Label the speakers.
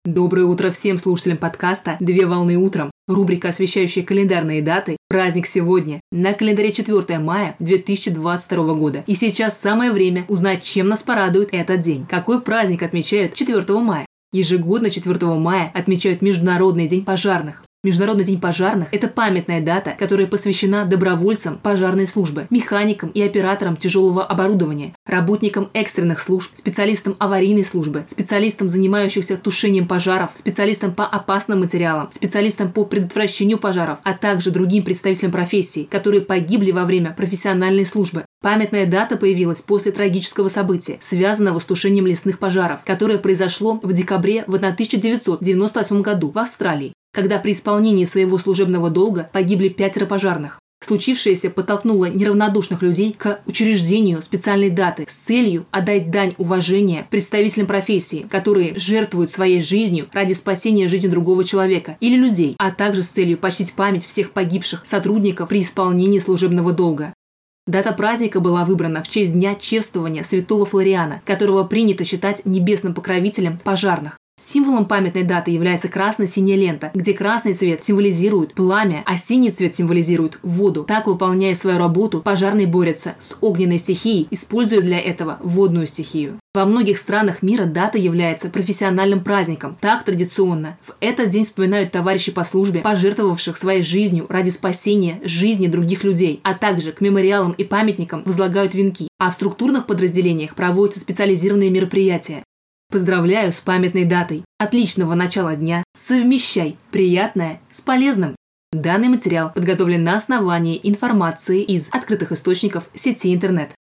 Speaker 1: Доброе утро всем слушателям подкаста «Две волны утром». Рубрика, освещающая календарные даты. Праздник сегодня. На календаре 4 мая 2022 года. И сейчас самое время узнать, чем нас порадует этот день. Какой праздник отмечают 4 мая? Ежегодно 4 мая отмечают Международный день пожарных. Международный день пожарных – это памятная дата, которая посвящена добровольцам пожарной службы, механикам и операторам тяжелого оборудования, работникам экстренных служб, специалистам аварийной службы, специалистам, занимающихся тушением пожаров, специалистам по опасным материалам, специалистам по предотвращению пожаров, а также другим представителям профессий, которые погибли во время профессиональной службы. Памятная дата появилась после трагического события, связанного с тушением лесных пожаров, которое произошло в декабре в 1998 году в Австралии, когда при исполнении своего служебного долга погибли 5 пожарных. Случившееся подтолкнуло неравнодушных людей к учреждению специальной даты с целью отдать дань уважения представителям профессии, которые жертвуют своей жизнью ради спасения жизни другого человека или людей, а также с целью почтить память всех погибших сотрудников при исполнении служебного долга. Дата праздника была выбрана в честь дня чествования святого Флориана, которого принято считать небесным покровителем пожарных. Символом памятной даты является красно-синяя лента, где красный цвет символизирует пламя, а синий цвет символизирует воду. Так, выполняя свою работу, пожарные борются с огненной стихией, используя для этого водную стихию. Во многих странах мира дата является профессиональным праздником. Так традиционно. В этот день вспоминают товарищей по службе, пожертвовавших своей жизнью ради спасения жизни других людей, а также к мемориалам и памятникам возлагают венки, а в структурных подразделениях проводятся специализированные мероприятия. Поздравляю с памятной датой. Отличного начала дня. Совмещай приятное с полезным. Данный материал подготовлен на основании информации из открытых источников сети интернет.